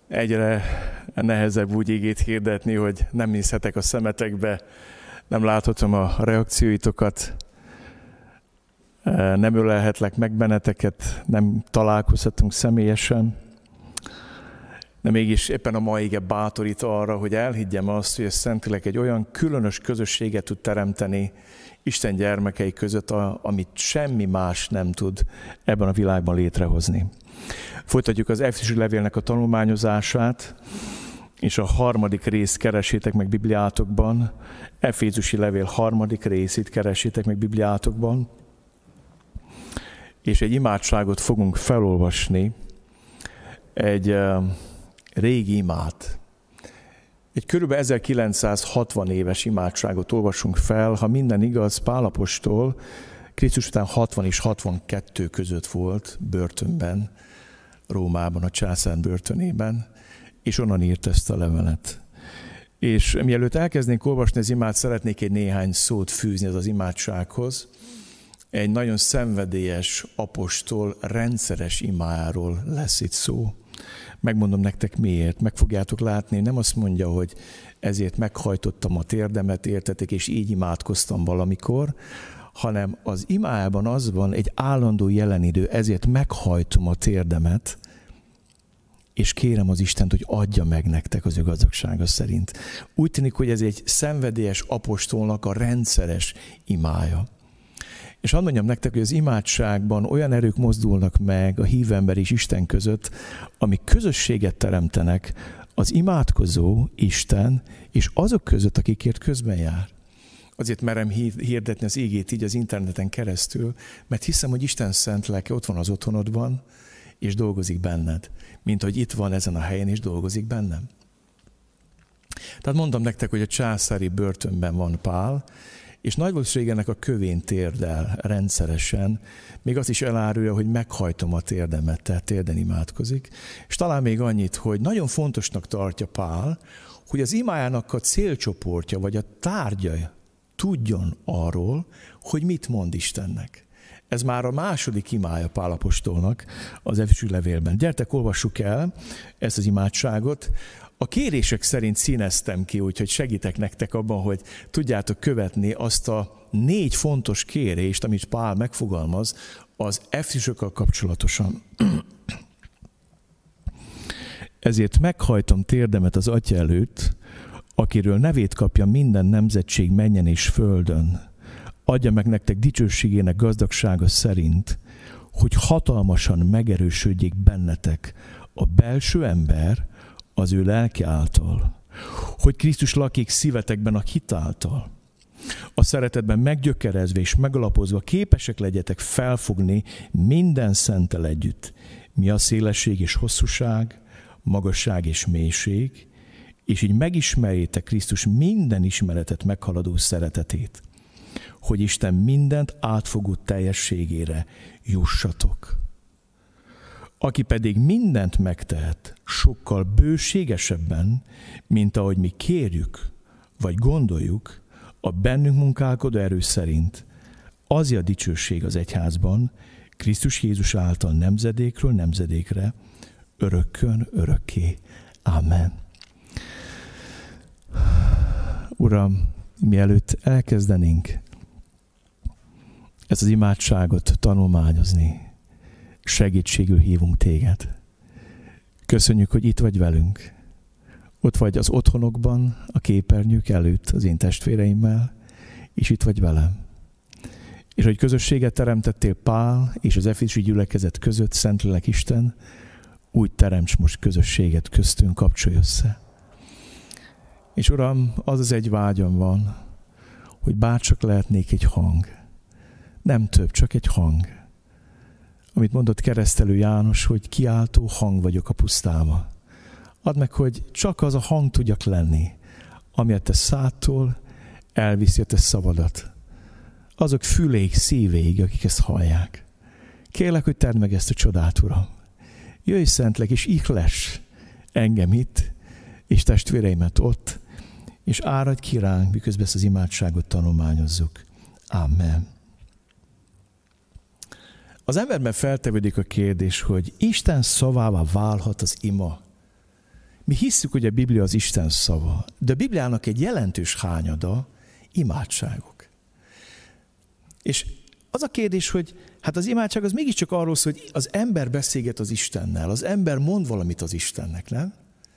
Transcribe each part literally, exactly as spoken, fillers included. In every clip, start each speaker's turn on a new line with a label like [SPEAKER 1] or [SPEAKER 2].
[SPEAKER 1] Egyre nehezebb úgy igét hirdetni, hogy nem nézhetek a szemetekbe, nem láthatom a reakcióitokat, nem ölelhetlek meg benneteket, nem találkozhatunk személyesen. De mégis éppen a mai ige bátorít arra, hogy elhiggyem azt, hogy a Szentlélek egy olyan különös közösséget tud teremteni Isten gyermekei között, amit semmi más nem tud ebben a világban létrehozni. Folytatjuk az Efézusi levélnek a tanulmányozását, és a harmadik részt keresétek meg Bibliátokban. Efézusi levél harmadik részét keresétek meg Bibliátokban. És egy imádságot fogunk felolvasni, egy uh, régi imát. Egy körülbelül ezerkilencszázhatvan éves imádságot olvasunk fel, ha minden igaz, Pál apostol Krisztus után hatvan és hatvankettő között volt börtönben, Rómában, a császár börtönében, és onnan írt ezt a levelet. És mielőtt elkeznénk olvasni az imát, szeretnék egy néhány szót fűzni az imádsághoz. Egy nagyon szenvedélyes apostol rendszeres imájáról lesz itt szó. Megmondom nektek miért. Meg fogjátok látni, nem azt mondja, hogy ezért meghajtottam a térdemet, értetek, és így imádkoztam valamikor, hanem az imájában az van egy állandó jelenidő, ezért meghajtom a térdemet, és kérem az Istent, hogy adja meg nektek az ő gazdagsága szerint. Úgy tűnik, hogy ez egy szenvedélyes apostolnak a rendszeres imája. És hadd mondjam nektek, hogy az imádságban olyan erők mozdulnak meg a hívember és Isten között, amik közösséget teremtenek az imádkozó Isten és azok között, akikért közben jár. Azért merem hirdetni az igét így az interneten keresztül, mert hiszem, hogy Isten szent lelke ott van az otthonodban, és dolgozik benned, mint hogy itt van ezen a helyen, és dolgozik bennem. Tehát mondom nektek, hogy a császári börtönben van Pál, és nagy valószínűleg a kövén térdel rendszeresen, még azt is elárulja, hogy meghajtom a térdemet, tehát térden imádkozik. És talán még annyit, hogy nagyon fontosnak tartja Pál, hogy az imájának a célcsoportja, vagy a tárgya tudjon arról, hogy mit mond Istennek. Ez már a második imája Pál apostolnak az Efézusi levélben. Gyertek, olvassuk el ezt az imádságot. A kérések szerint színeztem ki, úgyhogy segítek nektek abban, hogy tudjátok követni azt a négy fontos kérést, amit Pál megfogalmaz az Efézusokkal kapcsolatosan. Ezért meghajtom térdemet az Atya előtt, akiről nevét kapja minden nemzetség mennyen és földön. Adja meg nektek dicsőségének gazdagsága szerint, hogy hatalmasan megerősödjék bennetek a belső ember az ő lelke által, hogy Krisztus lakik szívetekben a hit által. A szeretetben meggyökerezve és megalapozva képesek legyetek felfogni minden szenttel együtt, mi a szélesség és hosszúság, magasság és mélység, és így megismerjétek Krisztus minden ismeretet meghaladó szeretetét, hogy Isten mindent átfogó teljességére jussatok. Aki pedig mindent megtehet, sokkal bőségesebben, mint ahogy mi kérjük, vagy gondoljuk, a bennünk munkálkodó erő szerint, az a dicsőség az egyházban, Krisztus Jézus által nemzedékről nemzedékre, örökkön örökké. Amen. Uram, mielőtt elkezdenénk ezt az imádságot tanulmányozni, segítségül hívunk téged. Köszönjük, hogy itt vagy velünk. Ott vagy az otthonokban, a képernyők előtt, az én testvéreimmel, és itt vagy velem. És hogy közösséget teremtettél Pál és az efézusi gyülekezet között, Szentlélek Isten, úgy teremts most közösséget köztünk, kapcsolj össze. És Uram, az az egy vágyam van, hogy bárcsak lehetnék egy hang. Nem több, csak egy hang. Amit mondott keresztelő János, hogy kiáltó hang vagyok a pusztába. Add meg, hogy csak az a hang tudjak lenni, ami a te szádtól elviszi a te szavadat. Azok füléig, szívéig, akik ezt hallják. Kérlek, hogy tedd meg ezt a csodát, Uram. Jöjj Szentlek, és ihless engem itt, és testvéreimet ott, és áradj ki ránk, miközben ezt az imádságot tanulmányozzuk. Amen. Az emberben feltevődik a kérdés, hogy Isten szavává válhat az ima. Mi hisszük, hogy a Biblia az Isten szava, de a Bibliának egy jelentős hányada imádságok. És az a kérdés, hogy hát az imádság az mégiscsak arról szól, hogy az ember beszélget az Istennel, az ember mond valamit az Istennek, nem?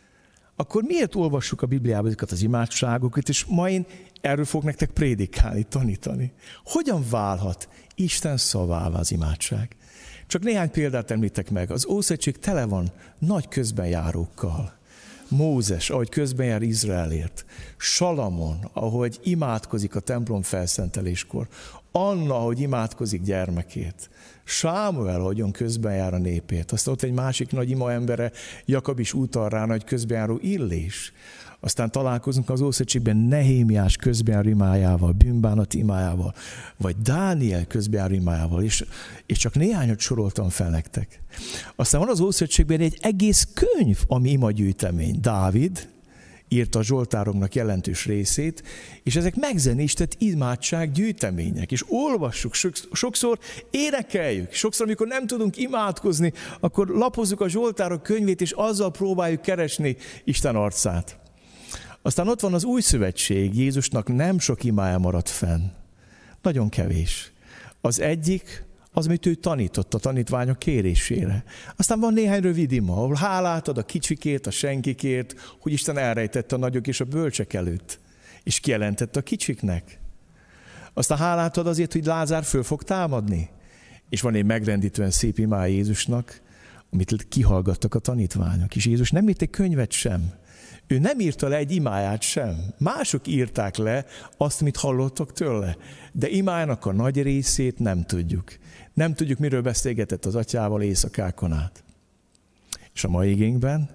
[SPEAKER 1] Akkor miért olvassuk a Bibliában ezeket az imádságokat, és ma én erről fogok nektek prédikálni, tanítani. Hogyan válhat Isten szavává az imádság? Csak néhány példát említek meg. Az Ószövetség tele van nagy közbenjárókkal. Mózes, ahogy közbenjár Izraelért. Salamon, ahogy imádkozik a templom felszenteléskor. Anna, ahogy imádkozik gyermekét. Sámuel, ahogyan közbenjár a népét. Aztán ott egy másik nagy ima embere, Jakab is utal rá, nagy közbenjáró Illés. Aztán találkozunk az Ószövetségben Nehémiás közbenjáró imájával, bűnbánat imájával, vagy Dániel közbenjáró imájával, és, és csak néhányat soroltam fel nektek. Aztán van az Ószövetségben egy egész könyv, ami imagyűjtemény. Dávid írta a zsoltároknak jelentős részét, és ezek megzenésített imádság gyűjtemények. És olvassuk, sokszor énekeljük, sokszor, amikor nem tudunk imádkozni, akkor lapozzuk a zsoltárok könyvét, és azzal próbáljuk keresni Isten arcát. Aztán ott van az új szövetség, Jézusnak nem sok imája maradt fenn. Nagyon kevés. Az egyik, az, amit ő tanított a tanítványok kérésére. Aztán van néhány rövid ima, ahol hálát ad a kicsikért, a senkikért, hogy Isten elrejtette a nagyok és a bölcsek előtt, és kijelentette a kicsiknek. Aztán hálát ad azért, hogy Lázár föl fog támadni. És van egy megrendítően szép imája Jézusnak, amit kihallgattak a tanítványok. És Jézus nem írt egy könyvet sem. Ő nem írta le egy imáját sem. Mások írták le azt, amit hallottak tőle. De imájának a nagy részét nem tudjuk. Nem tudjuk, miről beszélgetett az atyával éjszakákon át. És a mai igényben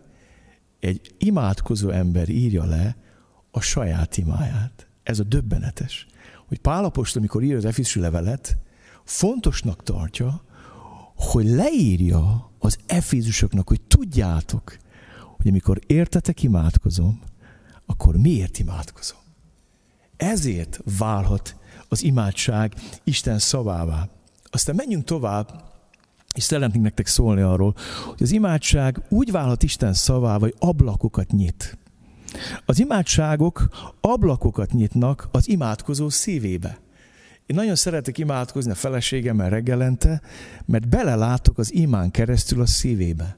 [SPEAKER 1] egy imádkozó ember írja le a saját imáját. Ez a döbbenetes. Hogy Pál apostol, amikor írja az efézusi levelet, fontosnak tartja, hogy leírja az efézusoknak, hogy tudjátok, hogy amikor értetek imádkozom, akkor miért imádkozom? Ezért válhat az imádság Isten szavává. Aztán menjünk tovább, és szeretnénk nektek szólni arról, hogy az imádság úgy válhat Isten szavává, hogy ablakokat nyit. Az imádságok ablakokat nyitnak az imádkozó szívébe. Én nagyon szeretek imádkozni a feleségemmel reggelente, mert belelátok az imán keresztül a szívébe.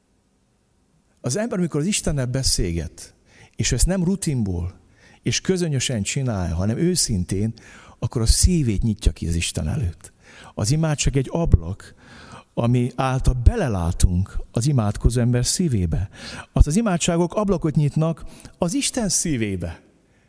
[SPEAKER 1] Az ember, amikor az Istennel beszélget, és ezt nem rutinból, és közönösen csinálja, hanem őszintén, akkor a szívét nyitja ki az Isten előtt. Az imádság egy ablak, ami által belelátunk az imádkozó ember szívébe. Az az imádságok ablakot nyitnak az Isten szívébe.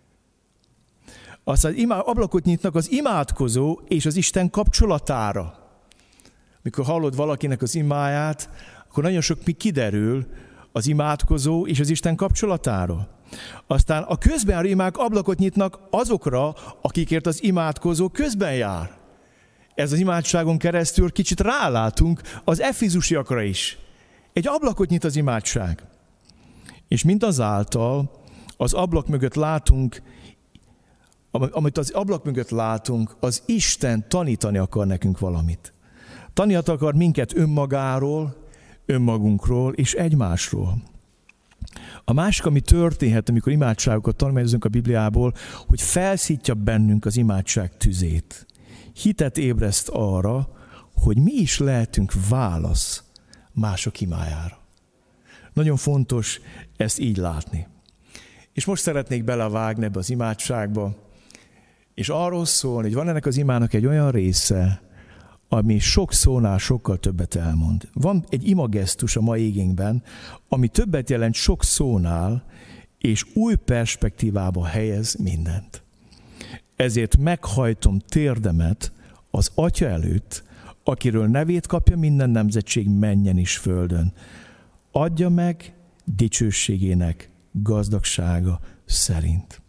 [SPEAKER 1] Az az imá- ablakot nyitnak az imádkozó és az Isten kapcsolatára. Mikor hallod valakinek az imáját, akkor nagyon sok mi kiderül az imádkozó és az Isten kapcsolatára. Aztán a közbenjáró imák ablakot nyitnak azokra, akikért az imádkozó közben jár. Ez az imádságon keresztül kicsit rálátunk az efézusiakra is. Egy ablakot nyit az imádság. És mindazáltal az ablak mögött látunk, amit az ablak mögött látunk, az Isten tanítani akar nekünk valamit. Tanítani akar minket önmagáról, önmagunkról és egymásról. A másik, ami történhet, amikor imádságokat tanulmányozunk a Bibliából, hogy felszítja bennünk az imádság tüzét. Hitet ébreszt arra, hogy mi is lehetünk válasz mások imájára. Nagyon fontos ezt így látni. És most szeretnék belevágni ebbe az imádságba, és arról szólni, hogy van ennek az imának egy olyan része, ami sok szónál sokkal többet elmond. Van egy imagesztus a mai igényben, ami többet jelent sok szónál, és új perspektívába helyez mindent. Ezért meghajtom térdemet az Atya előtt, akiről nevét kapja minden nemzetség mennyen is földön. Adja meg dicsőségének gazdagsága szerint.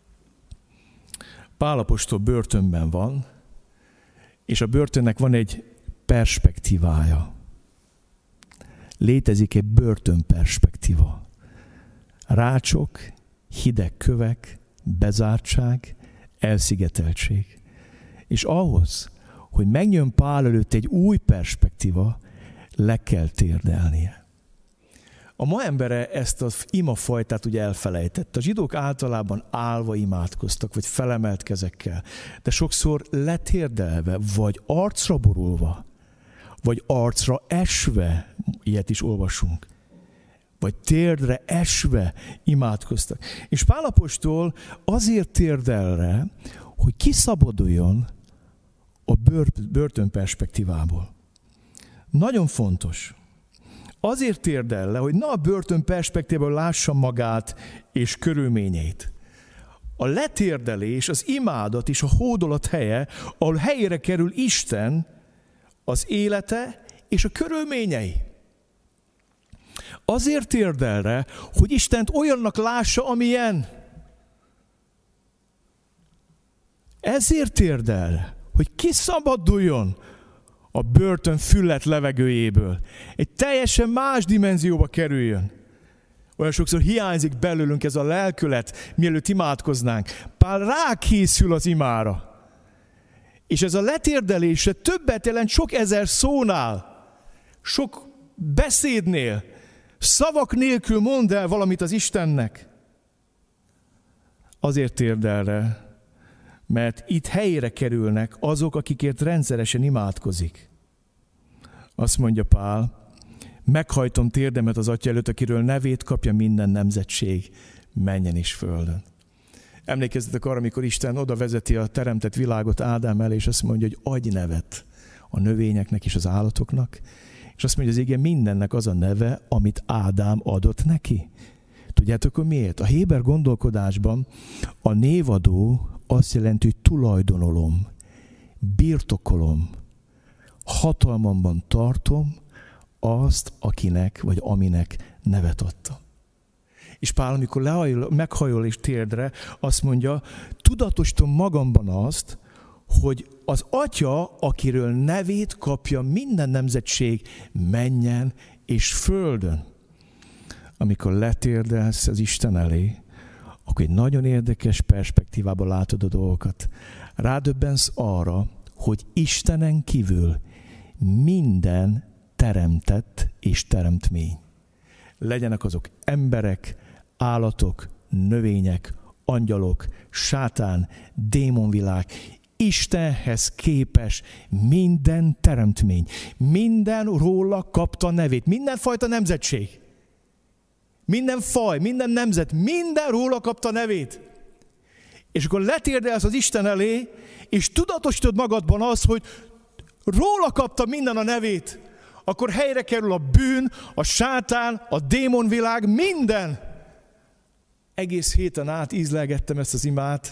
[SPEAKER 1] Pál apostol börtönben van, és a börtönnek van egy perspektívája. Létezik egy börtönperspektíva. Rácsok, hideg kövek, bezártság, elszigeteltség. És ahhoz, hogy megjön Pál előtt egy új perspektíva, le kell térdelnie. A ma embere ezt az imafajtát ugye elfelejtette. A zsidók általában állva imádkoztak, vagy felemelt kezekkel, de sokszor letérdelve, vagy arcra borulva, vagy arcra esve, ilyet is olvasunk, vagy térdre esve imádkoztak. És Pál apostol azért térdelre, hogy kiszabaduljon a börtön perspektívából. Nagyon fontos. Azért térdel le, hogy ne a börtön perspektívából lássa magát és körülményeit. A letérdelés, az imádat és a hódolat helye, ahol helyére kerül Isten, az élete és a körülményei. Azért térdel le, hogy Istent olyannak lássa, amilyen. Ezért térdel, hogy kiszabaduljon a börtön füllet levegőjéből. Egy teljesen más dimenzióba kerüljön. Olyan sokszor hiányzik belőlünk ez a lelkület, mielőtt imádkoznánk. Pál rákészül az imára. És ez a letérdelése többet jelent sok ezer szónál, sok beszédnél, szavak nélkül mondd el valamit az Istennek. Azért térdel le, mert itt helyére kerülnek azok, akikért rendszeresen imádkozik. Azt mondja Pál, meghajtom térdemet az Atya előtt, akiről nevét kapja minden nemzetség, mennyen és földön. Emlékezzetek arra, amikor Isten oda vezeti a teremtett világot Ádám elé, és azt mondja, hogy adj nevet a növényeknek és az állatoknak, és azt mondja, az igen mindennek az a neve, amit Ádám adott neki. Tudjátok, hogy miért? A héber gondolkodásban a névadó azt jelenti, hogy tulajdonolom, birtokolom, hatalmamban tartom azt, akinek vagy aminek nevet adtam. És Pál, amikor lehajol, meghajol és térdre, azt mondja, tudatosítom magamban azt, hogy az Atya, akiről nevét kapja minden nemzetség mennyen és földön. Amikor letérdelsz az Isten elé, akkor egy nagyon érdekes perspektívában látod a dolgokat. Rádöbbensz arra, hogy Istenen kívül minden teremtett és teremtmény. Legyenek azok emberek, állatok, növények, angyalok, sátán, démonvilág, Istenhez képes minden teremtmény. Minden róla kapta nevét. Mindenfajta nemzetség. Minden faj, minden nemzet, minden róla kapta nevét. És akkor letérdelsz az Isten elé, és tudatosítod magadban azt, hogy róla kapta minden a nevét, akkor helyre kerül a bűn, a sátán, a démonvilág, minden. Egész héten át ízlelgettem ezt az imát,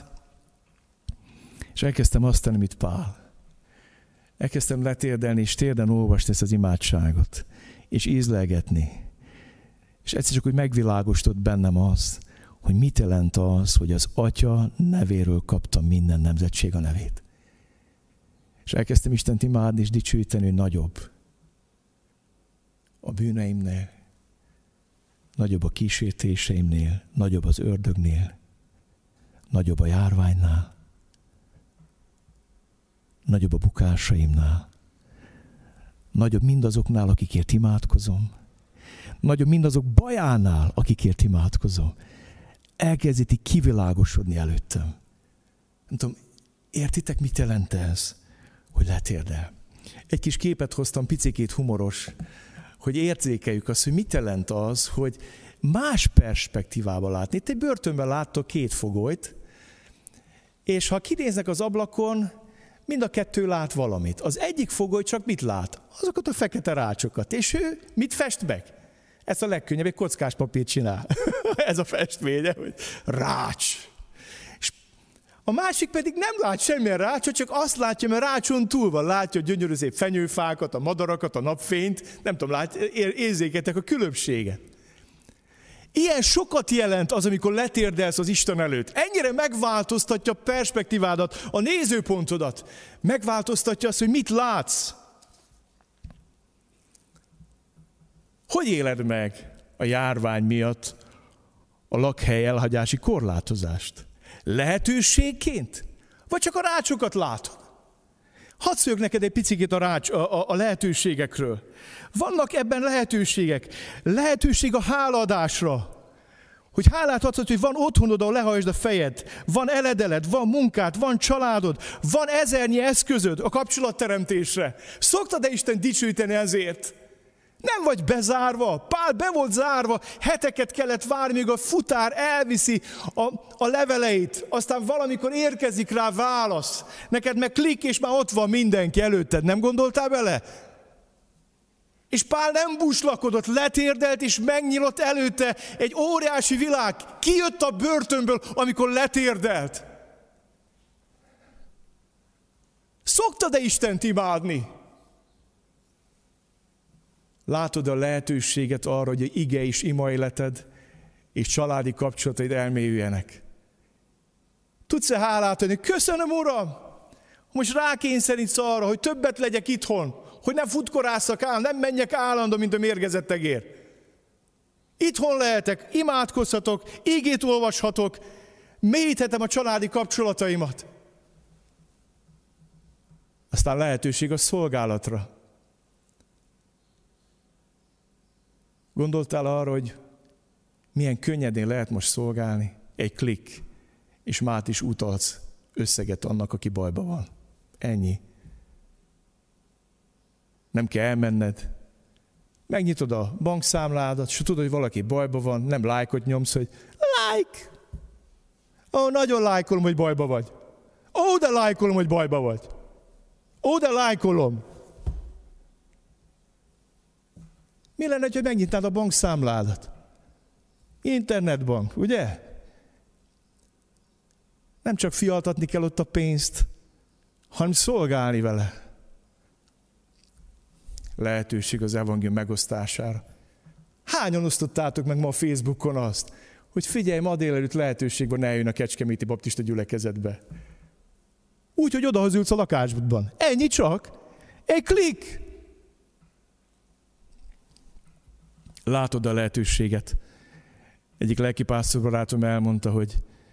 [SPEAKER 1] és elkezdtem azt tenni, mint Pál. Elkezdtem letérdelni, és térden olvasni ezt az imádságot, és ízlelgetni. És egyszer csak úgy megvilágosodott bennem az, hogy mit jelent az, hogy az Atya nevéről kapta minden nemzetség a nevét. És elkezdtem Istent imádni és dicsőíteni, hogy nagyobb a bűneimnél, nagyobb a kísértéseimnél, nagyobb az ördögnél, nagyobb a járványnál, nagyobb a bukásaimnál, nagyobb mindazoknál, akikért imádkozom, nagyobb mindazok bajánál, akikért imádkozom. Elkezdíti kivilágosodni előttem. Nem tudom, értitek, mit jelent ez, hogy letérdel? Egy kis képet hoztam, picikét humoros, hogy érzékeljük azt, hogy mit jelent az, hogy más perspektívában látni. Itt egy börtönben láttok két fogolyt, és ha kinéznek az ablakon, mind a kettő lát valamit. Az egyik fogoly csak mit lát? Azokat a fekete rácsokat. És ő mit fest meg? Ez a legkönnyebb, egy kockás papírt csinál. Ez a festménye, hogy rács. És a másik pedig nem lát semmilyen rácsot, csak azt látja, mert rácson túl van. Látja a gyönyörű szép fenyőfákat, a madarakat, a napfényt. Nem tudom, lát, érzékeltek a különbséget. Ilyen sokat jelent az, amikor letérdelsz az Isten előtt. Ennyire megváltoztatja a perspektívádat, a nézőpontodat. Megváltoztatja azt, hogy mit látsz. Hogy éled meg a járvány miatt a lakhely elhagyási korlátozást? Lehetőségként? Vagy csak a rácsokat látod? Hadd szóljak neked egy picit a, rács, a, a, a lehetőségekről. Vannak ebben lehetőségek. Lehetőség a hálaadásra. Hogy hálát adsz, hogy van otthonod, ahol lehajtsd a fejed. Van eledeled, van munkád, van családod, van ezernyi eszközöd a kapcsolatteremtésre. Szoktad-e Isten dicsőíteni ezért? Nem vagy bezárva. Pál be volt zárva, heteket kellett várni, míg a futár elviszi a, a leveleit. Aztán valamikor érkezik rá válasz. Neked meg klik, és már ott van mindenki előtted. Nem gondoltál bele? És Pál nem búslakodott, letérdelt, és megnyílt előtte egy óriási világ. Kijött a börtönből, amikor letérdelt. Szoktad-e Istent imádni? Látod a lehetőséget arra, hogy ige és ima életed és családi kapcsolataid elmélyüljenek. Tudsz-e hálát adni? Köszönöm, Uram! Most rákényszerítsz arra, hogy többet legyek itthon, hogy nem futkorásszak ám, nem menjek állandó, mint a mérgezett egér. Itthon lehetek, imádkozhatok, igét olvashatok, mélyíthetem a családi kapcsolataimat. Aztán lehetőség a szolgálatra. Gondoltál arra, hogy milyen könnyedén lehet most szolgálni? Egy klik, és mát is utalsz összeget annak, aki bajban van. Ennyi. Nem kell elmenned. Megnyitod a bankszámládat, és tudod, hogy valaki bajban van, nem lájkot nyomsz, hogy like. Ó, nagyon lájkolom, hogy bajban vagy. Ó, de lájkolom, hogy bajban vagy. Ó, de lájkolom. Mi lenne, ha megnyitnád a bankszámládat? Internetbank, ugye? Nem csak fialtatni kell ott a pénzt, hanem szolgálni vele. Lehetőség az evangélium megosztására. Hányan osztottátok meg ma a Facebookon azt, hogy figyelj, ma délelőtt lehetőség van, eljön a Kecskeméti Baptista gyülekezetbe. Úgy, hogy odahazülsz a lakásodban. Ennyi csak. Egy klik. Látod a lehetőséget. Egyik lelkipásztor barátom elmondta, hogy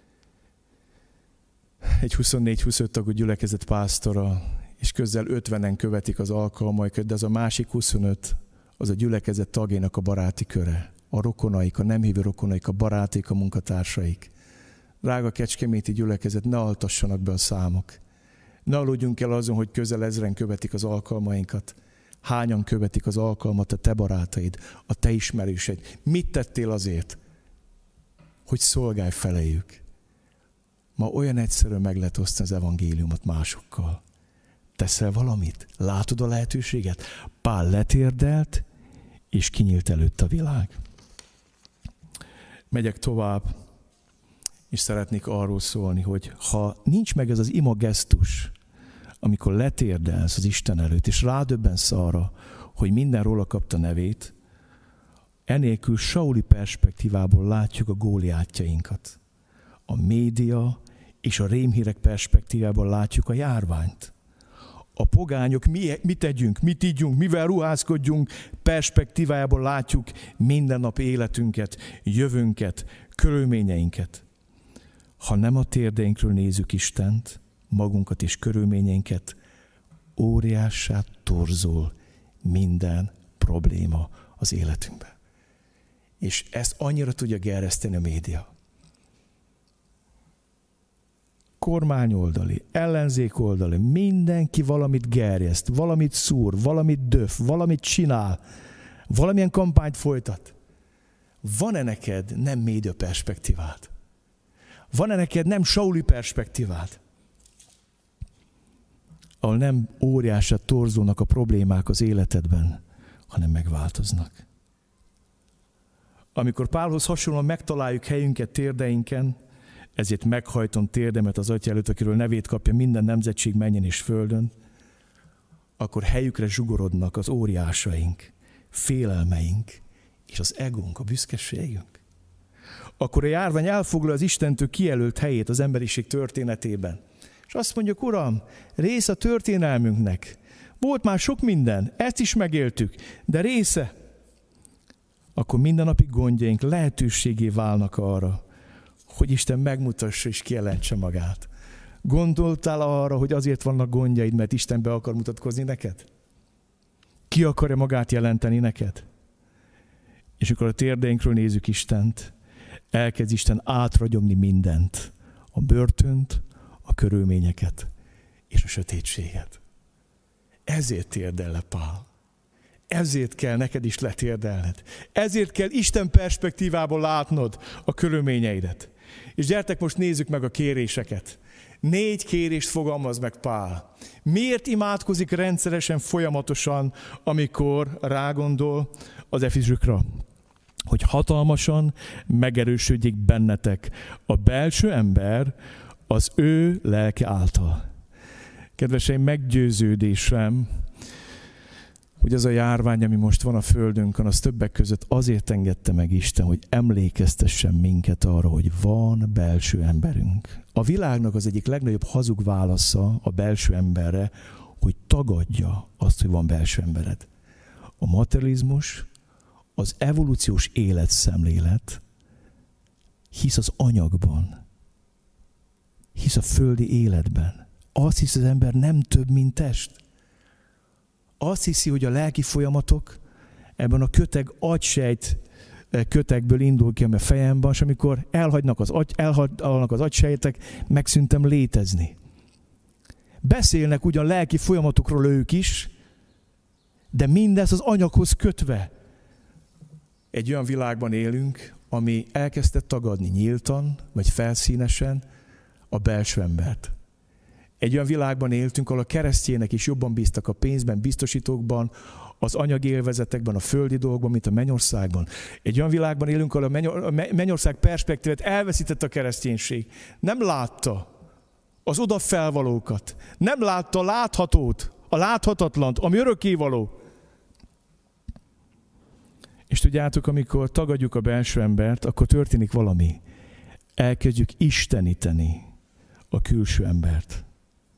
[SPEAKER 1] egy huszonnégy-huszonöt tagú gyülekezet pásztora, és közel ötvenen követik az alkalmaikat, de az a másik huszonöt, az a gyülekezet tagjainak a baráti köre. A rokonaik, a nem hívő rokonaik, a barátik, a munkatársaik. Drága kecskeméti gyülekezet, ne altassanak be a számok. Ne aludjunk el azon, hogy közel ezren követik az alkalmainkat. Hányan követik az alkalmat a te barátaid, a te ismerőseid? Mit tettél azért, hogy szolgálj feléjük? Ma olyan egyszerűen meg lehet osztani az evangéliumot másokkal. Teszel valamit? Látod a lehetőséget? Pál letérdelt, és kinyílt előtt a világ. Megyek tovább, és szeretnék arról szólni, hogy ha nincs meg ez az ima gesztus, amikor letérdelsz az Isten előtt, és rádöbbensz arra, hogy minden róla kapta nevét, enélkül Sauli perspektívából látjuk a góliátjainkat. A média és a rémhírek perspektívából látjuk a járványt. A pogányok, mi, mit tegyünk, mit ígyunk, mivel ruházkodjunk, perspektívájából látjuk mindennapi életünket, jövőnket, körülményeinket. Ha nem a térdeinkről nézzük Istent, magunkat és körülményeinket, óriássá torzul minden probléma az életünkben. És ezt annyira tudja gerjeszteni a média. Kormányoldali, ellenzékoldali, mindenki valamit gerjeszt, valamit szúr, valamit döf, valamit csinál, valamilyen kampányt folytat. Van-e neked nem média perspektívád? Van-e neked nem Sauli perspektívád? Ahol nem óriásra torzulnak a problémák az életedben, hanem megváltoznak. Amikor Pálhoz hasonlóan megtaláljuk helyünket térdeinken, ezért meghajtom térdemet az Atya előtt, akiről nevét kapja minden nemzetség mennyen és földön, akkor helyükre zsugorodnak az óriásaink, félelmeink és az egónk, a büszkeségünk. Akkor a járvány elfoglal az Istentől kijelölt helyét az emberiség történetében. És azt mondjuk, Uram, rész a történelmünknek. Volt már sok minden, ezt is megéltük, de része. Akkor mindennapi gondjaink lehetőségé válnak arra, hogy Isten megmutassa és kijelentse magát. Gondoltál arra, hogy azért vannak gondjaid, mert Isten be akar mutatkozni neked? Ki akarja magát jelenteni neked? És akkor a térdeinkről nézzük Istent, elkezd Isten átragyogni mindent. A börtönt, a körülményeket és a sötétséget. Ezért térdel le Pál. Ezért kell neked is letérdelned. Ezért kell Isten perspektívából látnod a körülményeidet. És gyertek, most nézzük meg a kéréseket. Négy kérést fogalmaz meg Pál. Miért imádkozik rendszeresen, folyamatosan, amikor rágondol az efézusokra? Hogy hatalmasan megerősödjék bennetek a belső ember az ő lelke által. Kedveseim, meggyőződésem, hogy az a járvány, ami most van a földünkön, az többek között azért engedte meg Isten, hogy emlékeztessen minket arra, hogy van belső emberünk. A világnak az egyik legnagyobb hazug válasza a belső emberre, hogy tagadja azt, hogy van belső embered. A materializmus, az evolúciós életszemlélet hisz az anyagban, hisz a földi életben. Azt hisz az ember nem több, mint test. Azt hiszi, hogy a lelki folyamatok ebben a köteg agysejt kötegből indul ki a fejemben, és amikor elhagynak az, agy, elhagynak az agysejtek, megszűntem létezni. Beszélnek ugyan lelki folyamatokról ők is, de mindez az anyaghoz kötve. Egy olyan világban élünk, ami elkezdte tagadni nyíltan, vagy felszínesen a belső embert. Egy olyan világban éltünk, ahol a keresztjének is jobban bíztak a pénzben, biztosítókban, az anyagi élvezetekben, a földi dolgokban, mint a mennyországban. Egy olyan világban élünk, ahol a mennyország perspektívát elveszítette a kereszténység. Nem látta az oda felvalókat. Nem látta a láthatót, a láthatatlant, ami örökkévaló. És tudjátok, amikor tagadjuk a belső embert, akkor történik valami. Elkezdjük isteníteni a külső embert.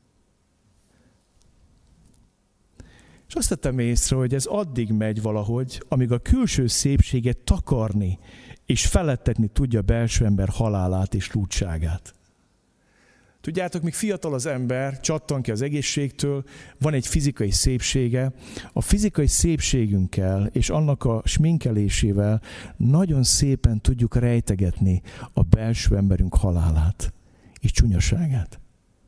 [SPEAKER 1] És azt tettem észre, hogy ez addig megy valahogy, amíg a külső szépséget takarni és felettetni tudja a belső ember halálát és lúdságát. Tudjátok, míg fiatal az ember, csattan ki az egészségtől, van egy fizikai szépsége. A fizikai szépségünkkel és annak a sminkelésével nagyon szépen tudjuk rejtegetni a belső emberünk halálát és csúnyaságát.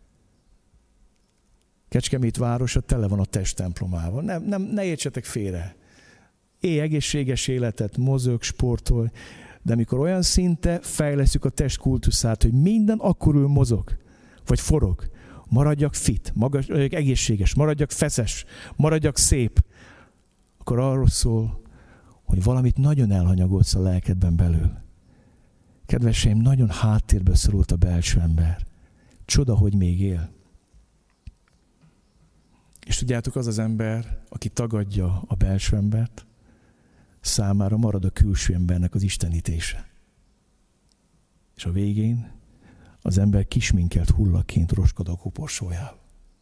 [SPEAKER 1] Kecskemét városa tele van a testtemplomával. Nem, nem, ne értsetek félre. Élj egészséges életet, mozog, sportolj, de amikor olyan szinte fejlesztjük a testkultuszát, hogy minden akkorül mozog, vagy forog, maradjak fit, maradjak egészséges, maradjak feszes, maradjak szép, akkor arról szól, hogy valamit nagyon elhanyagolsz a lelkedben belül. Kedveseim, nagyon háttérbe szorult a belső ember. Csoda, hogy még él. És tudjátok, az az ember, aki tagadja a belső embert, számára marad a külső embernek az istenítése. És a végén az ember kisminkelt hullaként roskad a koporsójával.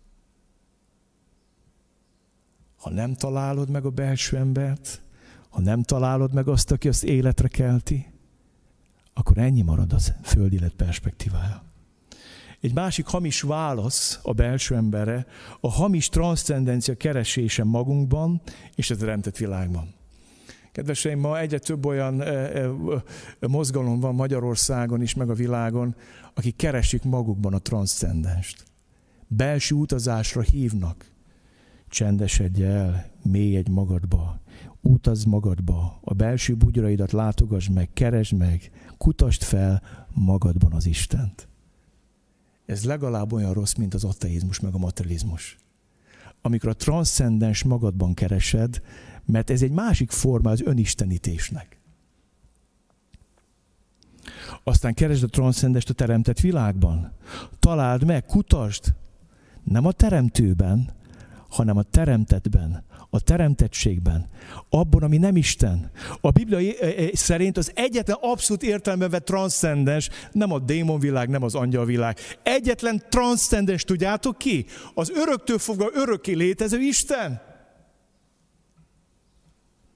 [SPEAKER 1] Ha nem találod meg a belső embert, ha nem találod meg azt, aki azt életre kelti, akkor ennyi marad az földi élet perspektívája. Egy másik hamis válasz a belső emberre, a hamis transzcendencia keresése magunkban és a teremtett világban. Kedveseim, ma egyre több olyan e, e, mozgalom van Magyarországon is, meg a világon, akik keresik magukban a transzcendenst. Belső utazásra hívnak. Csendesedj el, mélyedj magadba, utazz magadba, a belső bugyraidat látogass meg, keresd meg, kutasd fel magadban az Istent. Ez legalább olyan rossz, mint az ateizmus meg a materializmus. Amikor a transzcendens magadban keresed, mert ez egy másik forma az önistenítésnek. Aztán keresd a transzcendenst a teremtett világban. Találd meg, kutasd. Nem a teremtőben, hanem a teremtettben, a teremtettségben, abban, ami nem Isten. A Biblia szerint az egyetlen abszolút értelemben vett transzcendens nem a démonvilág, nem az angyalvilág. Egyetlen transzcendens, tudjátok ki? Az öröktől fogva örökké létező Isten.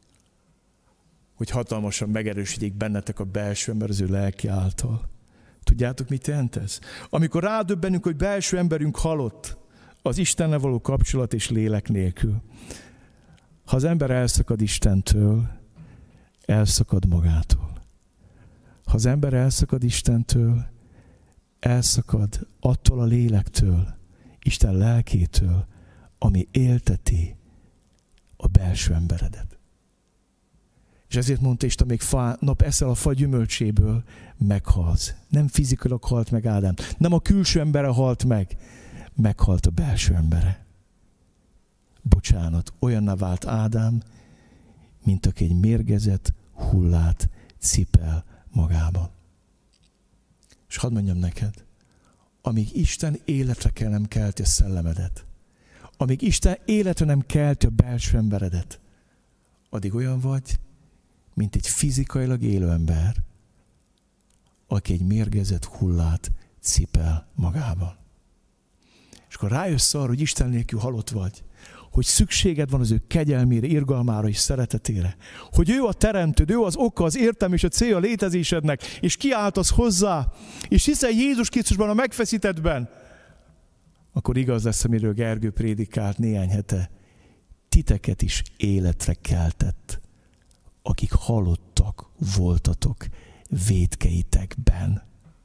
[SPEAKER 1] Hogy hatalmasan megerősítik bennetek a belső ember az ő lelki által. Tudjátok, mit jelent ez? Amikor rádöbbenünk, hogy belső emberünk halott az Istennel való kapcsolat és lélek nélkül. Ha az ember elszakad Istentől, elszakad magától. Ha az ember elszakad Istentől, elszakad attól a lélektől, Isten lelkétől, ami élteti a belső emberedet. És ezért mondta Isten, még fá, nap eszel a fa gyümölcséből, meghalsz. Nem fizikailag halt meg Ádám. Nem a külső embere halt meg, meghalt a belső embere. Bocsánat, olyanná vált Ádám, mint aki egy mérgezett hullát cipel magában. És hadd mondjam neked, amíg Isten életre kell nem kelti a szellemedet, amíg Isten életre nem kelti a belső emberedet, addig olyan vagy, mint egy fizikailag élő ember, aki egy mérgezett hullát cipel magában. És akkor rájössz arra, hogy Isten nélkül halott vagy, hogy szükséged van az ő kegyelmére, irgalmára és szeretetére, hogy ő a teremtőd, ő az oka, az értelme és a célja a létezésednek, és kiáltasz hozzá, és hiszel Jézus Krisztusban, a megfeszítettben, akkor igaz lesz, amiről Gergő prédikált néhány hete, titeket is életre keltett, akik halottak voltatok vétkeitekben.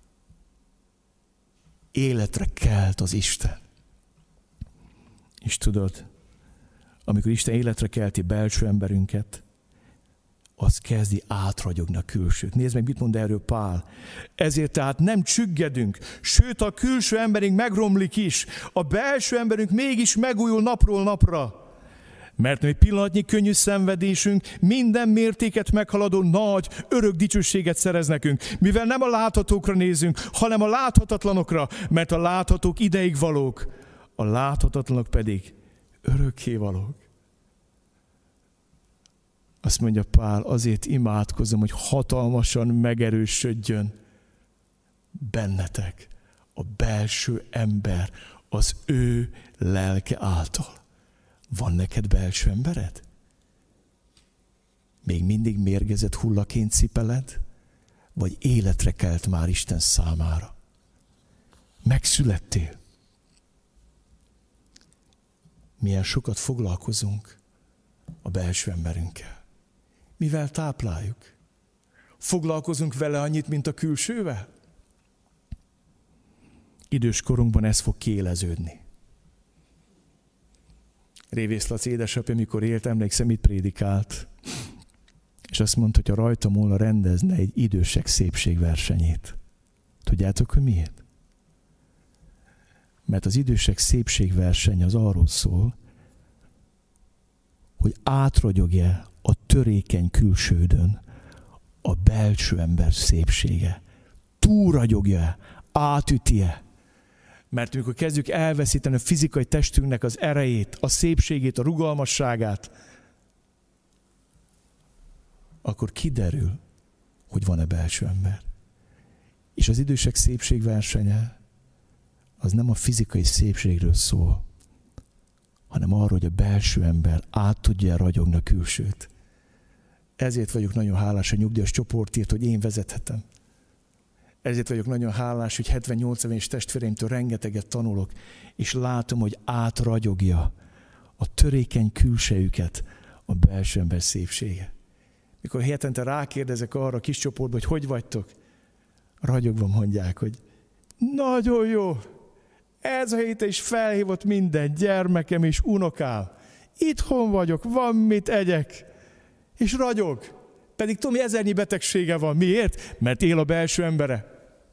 [SPEAKER 1] Életre kelt az Isten. És tudod, amikor Isten életre kelti belső emberünket, az kezdi átragyogni a külsőt. Nézd meg, mit mond erről Pál. Ezért tehát nem csüggedünk, sőt a külső emberünk megromlik is, a belső emberünk mégis megújul napról napra. Mert egy pillanatnyi könnyű szenvedésünk minden mértéket meghaladó nagy, örök dicsőséget szerez nekünk. Mivel nem a láthatókra nézünk, hanem a láthatatlanokra, mert a láthatók ideig valók, a láthatatlanok pedig örökké valók. Azt mondja Pál, azért imádkozom, hogy hatalmasan megerősödjön bennetek a belső ember az ő lelke által. Van neked belső embered? Még mindig mérgezett hullaként cipeled? Vagy életre kelt már Isten számára? Megszülettél? Milyen sokat foglalkozunk a belső emberünkkel. Mivel tápláljuk? Foglalkozunk vele annyit, mint a külsővel? Idős korunkban ez fog kiéleződni. Révész Laci édesapja, mikor élt, emlékszem, mit prédikált. És azt mondta, hogy ha rajta múlna rendezne egy idősek szépségversenyét. Tudjátok, hogy miért? Mert az idősek szépségverseny az arról szól, hogy átragyogja a törékeny külsődön a belső ember szépsége. Túlragyogja, átüti-e. Mert amikor kezdjük elveszíteni a fizikai testünknek az erejét, a szépségét, a rugalmasságát, akkor kiderül, hogy van-e belső ember. És az idősek szépségversenye az nem a fizikai szépségről szól, hanem arról, hogy a belső ember át tudja ragyogni a külsőt. Ezért vagyok nagyon hálás a nyugdíjas csoportért, hogy én vezethetem. Ezért vagyok nagyon hálás, hogy hetvennyolc éves testvéreimtől rengeteget tanulok, és látom, hogy átragyogja a törékeny külsejüket a belső ember szépsége. Mikor hetente rákérdezek arra a kis csoportba, hogy hogy vagytok, ragyogva mondják, hogy nagyon jó, ez a héten is felhívott minden gyermekem és unokám. Itthon vagyok, van mit egyek, és ragyog. Pedig Tomi ezernyi betegsége van. Miért? Mert él a belső embere.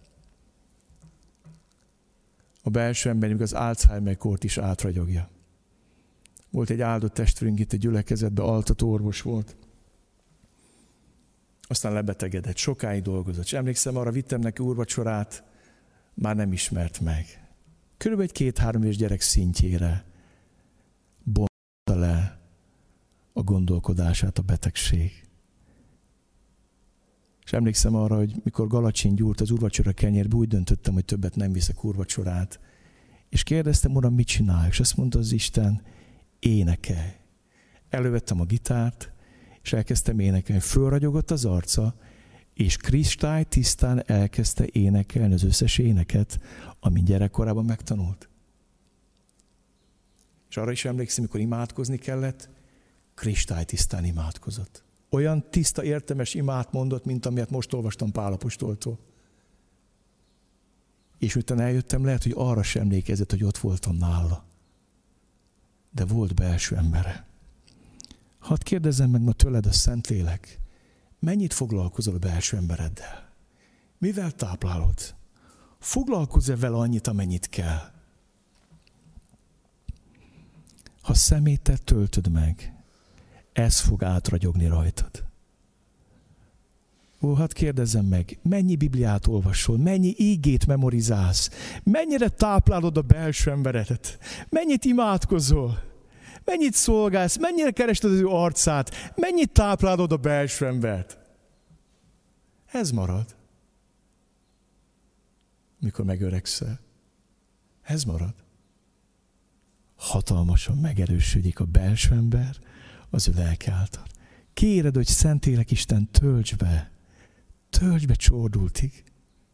[SPEAKER 1] A belső emberünk az Alzheimer-kort is átragyogja. Volt egy áldott testvérünk itt a gyülekezetben, altató orvos volt. Aztán lebetegedett, sokáig dolgozott. És emlékszem, arra vittem neki úrvacsorát, már nem ismert meg. Körülbelül egy két-három éves gyerek szintjére bontotta le a gondolkodását a betegség. És emlékszem arra, hogy mikor Galacsin gyúrt az úrvacsora kenyérbe, úgy döntöttem, hogy többet nem viszek úrvacsorát. És kérdeztem, Uram, mit csinálj? És azt mondta az Isten, énekelj. Elővettem a gitárt, és elkezdtem énekelni. Fölragyogott az arca, és kristály tisztán elkezdte énekelni az összes éneket, amit gyerekkorában megtanult. És arra is emlékszem, mikor imádkozni kellett, kristály tisztán imádkozott. Olyan tiszta, értelmes imát mondott, mint amilyet most olvastam Pál apostoltól. És utána eljöttem, lehet, hogy arra sem emlékezett, hogy ott voltam nála. De volt belső embere. Hadd kérdezzem meg ma tőled a Szentlélek, mennyit foglalkozol a belső embereddel? Mivel táplálod? Foglalkozz-e vele annyit, amennyit kell? Ha szeméttel töltöd meg, ez fog átragyogni rajtad. Ó, hadd kérdezzem meg, mennyi Bibliát olvasol, mennyi ígét memorizálsz, mennyire táplálod a belső emberedet, mennyit imádkozol, mennyit szolgálsz, mennyire kerested az ő arcát, mennyit táplálod a belső embert. Ez marad. Mikor megöregszel. Ez marad. Hatalmasan megerősödik a belső ember az ő lelke által. Kéred, hogy Szentlélek Isten tölts be, tölts be csordultig.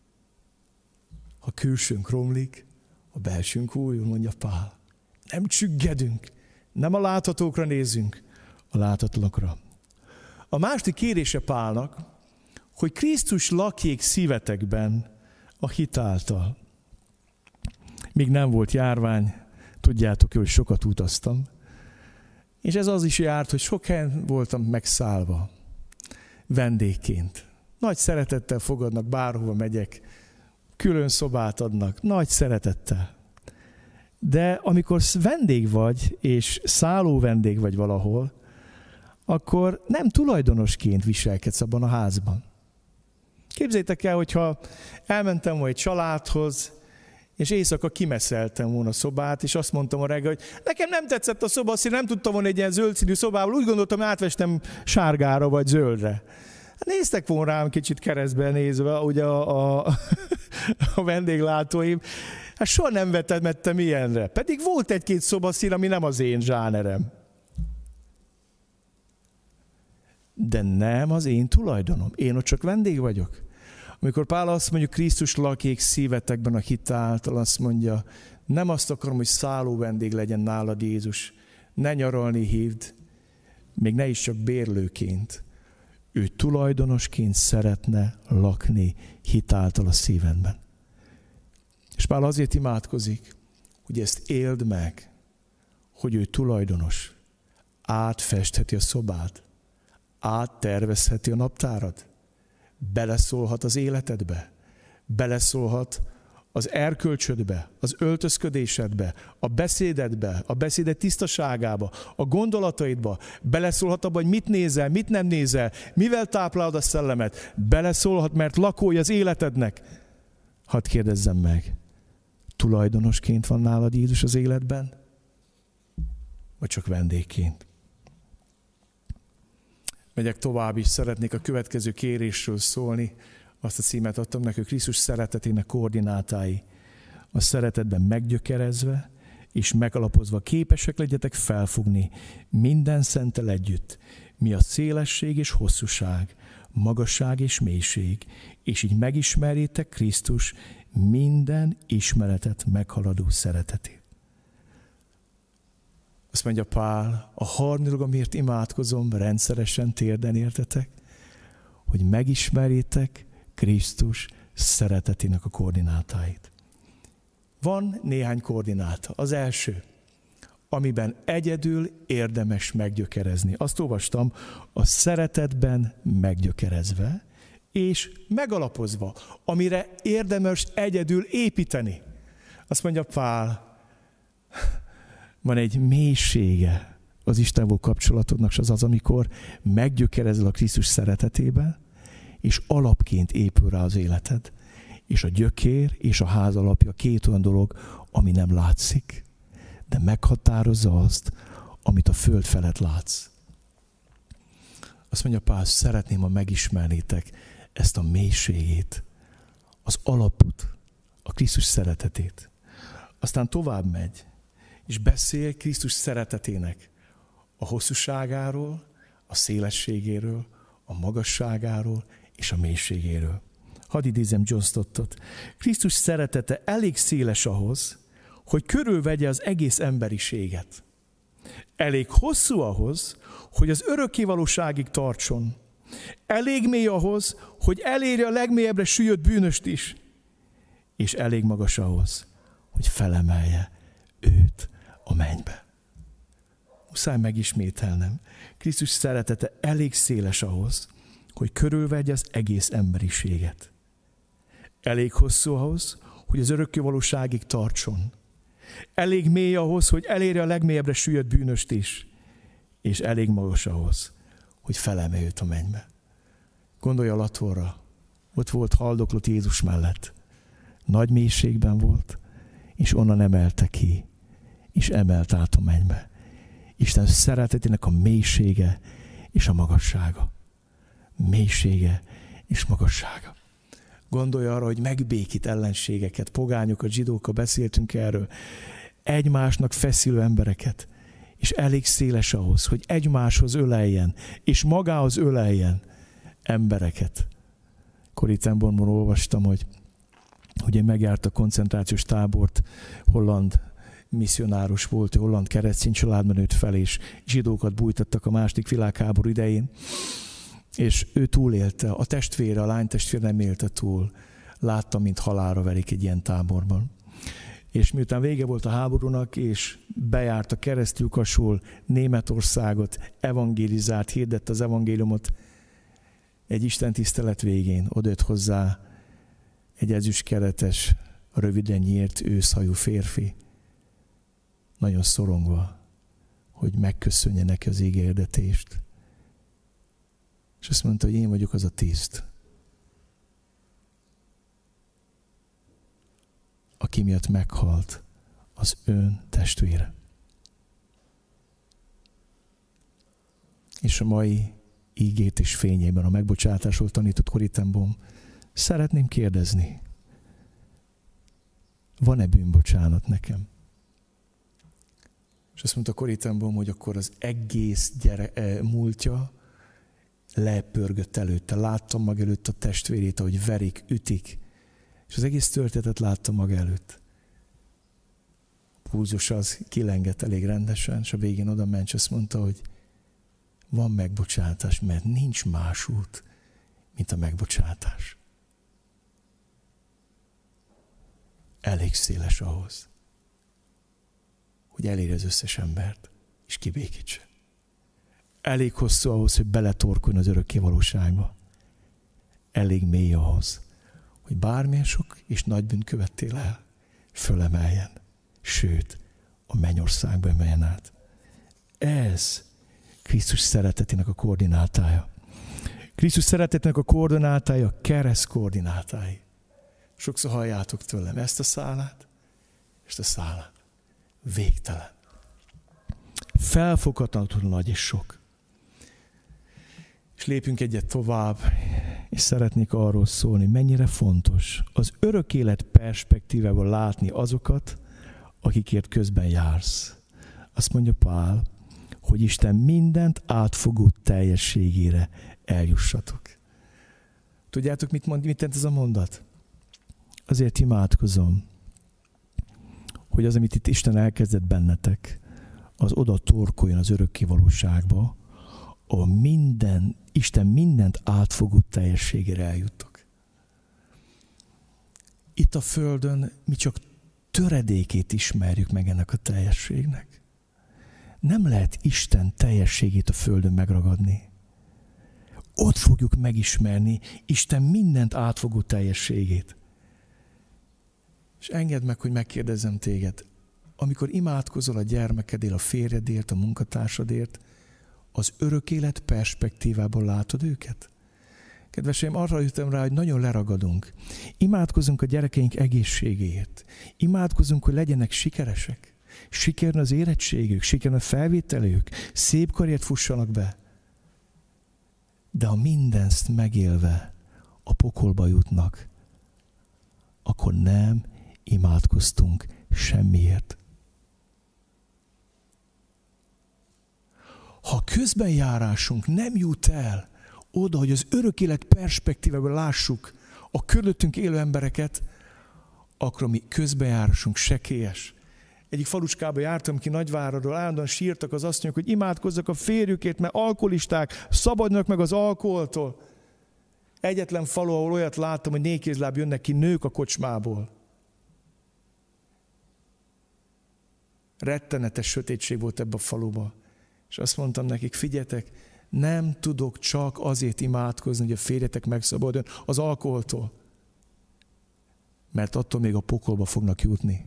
[SPEAKER 1] Ha külsőnk romlik, a belsőnk újul, mondja Pál. Nem csüggedünk, nem a láthatókra nézünk, a láthatatlanokra. A második kérése Pálnak, hogy Krisztus lakjék szívetekben a hit által. Míg nem volt járvány, tudjátok, hogy sokat utaztam, és ez az is járt, hogy sok helyen voltam megszállva, vendégként. Nagy szeretettel fogadnak, bárhova megyek, külön szobát adnak, nagy szeretettel. De amikor vendég vagy, és szálló vendég vagy valahol, akkor nem tulajdonosként viselkedsz abban a házban. Képzeljétek el, hogyha elmentem volna egy családhoz, és éjszaka kimeszeltem volna a szobát, és azt mondtam a reggel, hogy nekem nem tetszett a szoba, azt én nem tudtam volna egy ilyen zöld színű szobával, úgy gondoltam, hogy átvestem sárgára vagy zöldre. Néztek volna rám kicsit keresztbe nézve, ugye a, a, a vendéglátóim. Hát soha nem vetemettem ilyenre. Pedig volt egy-két szobaszín, ami nem az én zsánerem. De nem az én tulajdonom. Én ott csak vendég vagyok. Amikor Pál azt mondja, Krisztus lakik szívetekben a hit által, azt mondja, nem azt akarom, hogy szálló vendég legyen nálad Jézus. Ne nyaralni hívd, még ne is csak bérlőként. Ő tulajdonosként szeretne lakni hit által a szívedben. És Pál azért imádkozik, hogy ezt éld meg, hogy ő tulajdonos. Átfestheti a szobát, áttervezheti a naptárad, beleszólhat az életedbe, beleszólhat az erkölcsödbe, az öltözködésedbe, a beszédedbe, a beszéded tisztaságába, a gondolataidba, beleszólhat abba, hogy mit nézel, mit nem nézel, mivel táplálod a szellemet, beleszólhat, mert lakója az életednek. Hadd kérdezzem meg, tulajdonosként van nálad Jézus az életben? Vagy csak vendégként? Megyek tovább is, szeretnék a következő kérésről szólni. Azt a címet adtam neki, Krisztus szeretetének koordinátái. A szeretetben meggyökerezve és megalapozva képesek legyetek felfogni minden szentel együtt, mi a szélesség és hosszúság, magasság és mélység, és így megismerjétek Krisztus minden ismeretet meghaladó szeretetét. Azt mondja Pál, a harmadik dolog, amiért imádkozom rendszeresen térden, értetek, hogy megismerjétek Krisztus szeretetének a koordinátáit. Van néhány koordináta. Az első, amiben egyedül érdemes meggyökerezni. Azt olvastam, a szeretetben meggyökerezve, és megalapozva, amire érdemes egyedül építeni. Azt mondja Pál, van egy mélysége az Istenvel kapcsolatodnak, és az az, amikor meggyökerezel a Krisztus szeretetében, és alapként épül rá az életed. És a gyökér és a ház alapja két olyan dolog, ami nem látszik, de meghatározza azt, amit a föld felett látsz. Azt mondja Pál, szeretném, ha megismernétek ezt a mélységét, az alapot, a Krisztus szeretetét. Aztán tovább megy, és beszél Krisztus szeretetének a hosszúságáról, a szélességéről, a magasságáról és a mélységéről. Hadd idézem John Stottot. Krisztus szeretete elég széles ahhoz, hogy körülvegye az egész emberiséget. Elég hosszú ahhoz, hogy az örökkévalóságig tartson. Elég mély ahhoz, hogy elérje a legmélyebbre süllyedt bűnöst is. És elég magas ahhoz, hogy felemelje őt a mennybe. Muszáj megismételnem. Krisztus szeretete elég széles ahhoz, hogy körülvegye az egész emberiséget. Elég hosszú ahhoz, hogy az örökkévalóságig tartson. Elég mély ahhoz, hogy elérje a legmélyebbre süllyedt bűnöst is. És elég magas ahhoz, hogy felemelje őt a mennybe. Gondolj a latorra. Ott volt haldoklott Jézus mellett. Nagy mélységben volt, és onnan emelte ki, és emelt át a mennybe. Isten szeretetének a mélysége és a magassága. Mélysége és magassága. Gondolj arra, hogy megbékít ellenségeket, pogányokat, zsidókkal, beszéltünk erről, egymásnak feszülő embereket, és elég széles ahhoz, hogy egymáshoz öleljen, és magához öleljen embereket. Koritemborban olvastam, hogy ugye megjárt a koncentrációs tábort, holland misszionárus volt, holland keresztény családban nőtt fel, és zsidókat bújtattak a második világháború idején, és ő túlélte, a testvére, a lánytestvér nem élte túl. Láttam, mint halálra verik egy ilyen táborban. És miután vége volt a háborúnak, és bejárt a keresztülkasul Németországot, evangélizált, hirdette az evangéliumot, egy istentisztelet végén odajött hozzá egy ezüstkeretes, röviden nyírt, őszhajú férfi, nagyon szorongva, hogy megköszönje neki az ígérdetést. És azt mondta, hogy én vagyok az a tiszt, aki miatt meghalt az ön testvére. És a mai ígét és fényében, a megbocsátásról tanított Koritemborban szeretném kérdezni, van-e bűnbocsánat nekem? És azt mondta Koritemborban, hogy akkor az egész gyere, e, múltja lepörgött előtte. Láttam maga előtt a testvérét, ahogy verik, ütik. És az egész történetet láttam maga előtt. A pulzus az kilengett elég rendesen, és a végén oda ment, és azt mondta, hogy van megbocsátás, mert nincs más út, mint a megbocsátás. Elég széles ahhoz, hogy elérje az összes embert, és kibékítse. Elég hosszú ahhoz, hogy beletorkoljon az örökkévalóságba. Elég mély ahhoz, hogy bármilyen sok és nagy bűnt követtél el, fölemeljen, sőt, a mennyországba emeljen át. Ez Krisztus szeretetének a koordinátája. Krisztus szeretetének a koordinátája a kereszt koordinátái. Sokszor halljátok tőlem ezt a szálát, ezt a szálát. Végtelen. Felfoghatatlanul nagy és sok. És lépünk egyet tovább, és szeretnék arról szólni, mennyire fontos az örök élet perspektívával látni azokat, akikért közben jársz. Azt mondja Pál, hogy Isten mindent átfogó teljességére eljussatok. Tudjátok, mit mond, mit jelent ez a mondat? Azért imádkozom, hogy az, amit itt Isten elkezdett bennetek, az oda torkoljon az örökkévalóságba, ahol minden, Isten mindent átfogó teljességére eljuttok. Itt a Földön mi csak töredékét ismerjük meg ennek a teljességnek. Nem lehet Isten teljességét a Földön megragadni. Ott fogjuk megismerni Isten mindent átfogó teljességét. És engedd meg, hogy megkérdezzem téged, amikor imádkozol a gyermekedért, a férjedért, a munkatársadért, az örök élet perspektívából látod őket? Kedveseim, arra jöttem rá, hogy nagyon leragadunk. Imádkozunk a gyerekeink egészségéért. Imádkozunk, hogy legyenek sikeresek. Sikerjen az érettségük, sikerjen a felvételük, szép karriert fussanak be. De ha mindezt megélve a pokolba jutnak, akkor nem imádkoztunk semmiért. Ha közbenjárásunk nem jut el oda, hogy az örök élet perspektívával lássuk a körülöttünk élő embereket, akkor mi közbejárássunk sekélyes. Egyik falucskába jártam ki Nagyváradról, állandóan sírtak az asszonyok, hogy imádkozzak a férjükért, mert alkoholisták, szabadnak meg az alkoholtól. Egyetlen falu, ahol olyat láttam, hogy négykézláb jönnek ki nők a kocsmából. Rettenetes sötétség volt ebbe a faluba. És azt mondtam nekik, figyeljetek, nem tudok csak azért imádkozni, hogy a férjetek megszabaduljon az alkoholtól. Mert attól még a pokolba fognak jutni.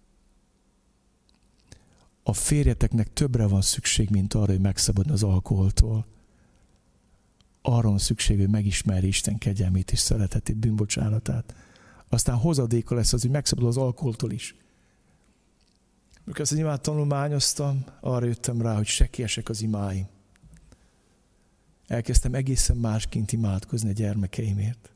[SPEAKER 1] A férjeteknek többre van szükség, mint arra, hogy megszabaduljon az alkoholtól. Arra van szükség, hogy megismerje Isten kegyelmét és szeretetét, bűnbocsánatát. Aztán hozadéka lesz az, hogy megszabadul az alkoholtól is. Amikor ezt az imát tanulmányoztam, arra jöttem rá, hogy sekélyesek az imáim. Elkezdtem egészen másként imádkozni a gyermekeimért.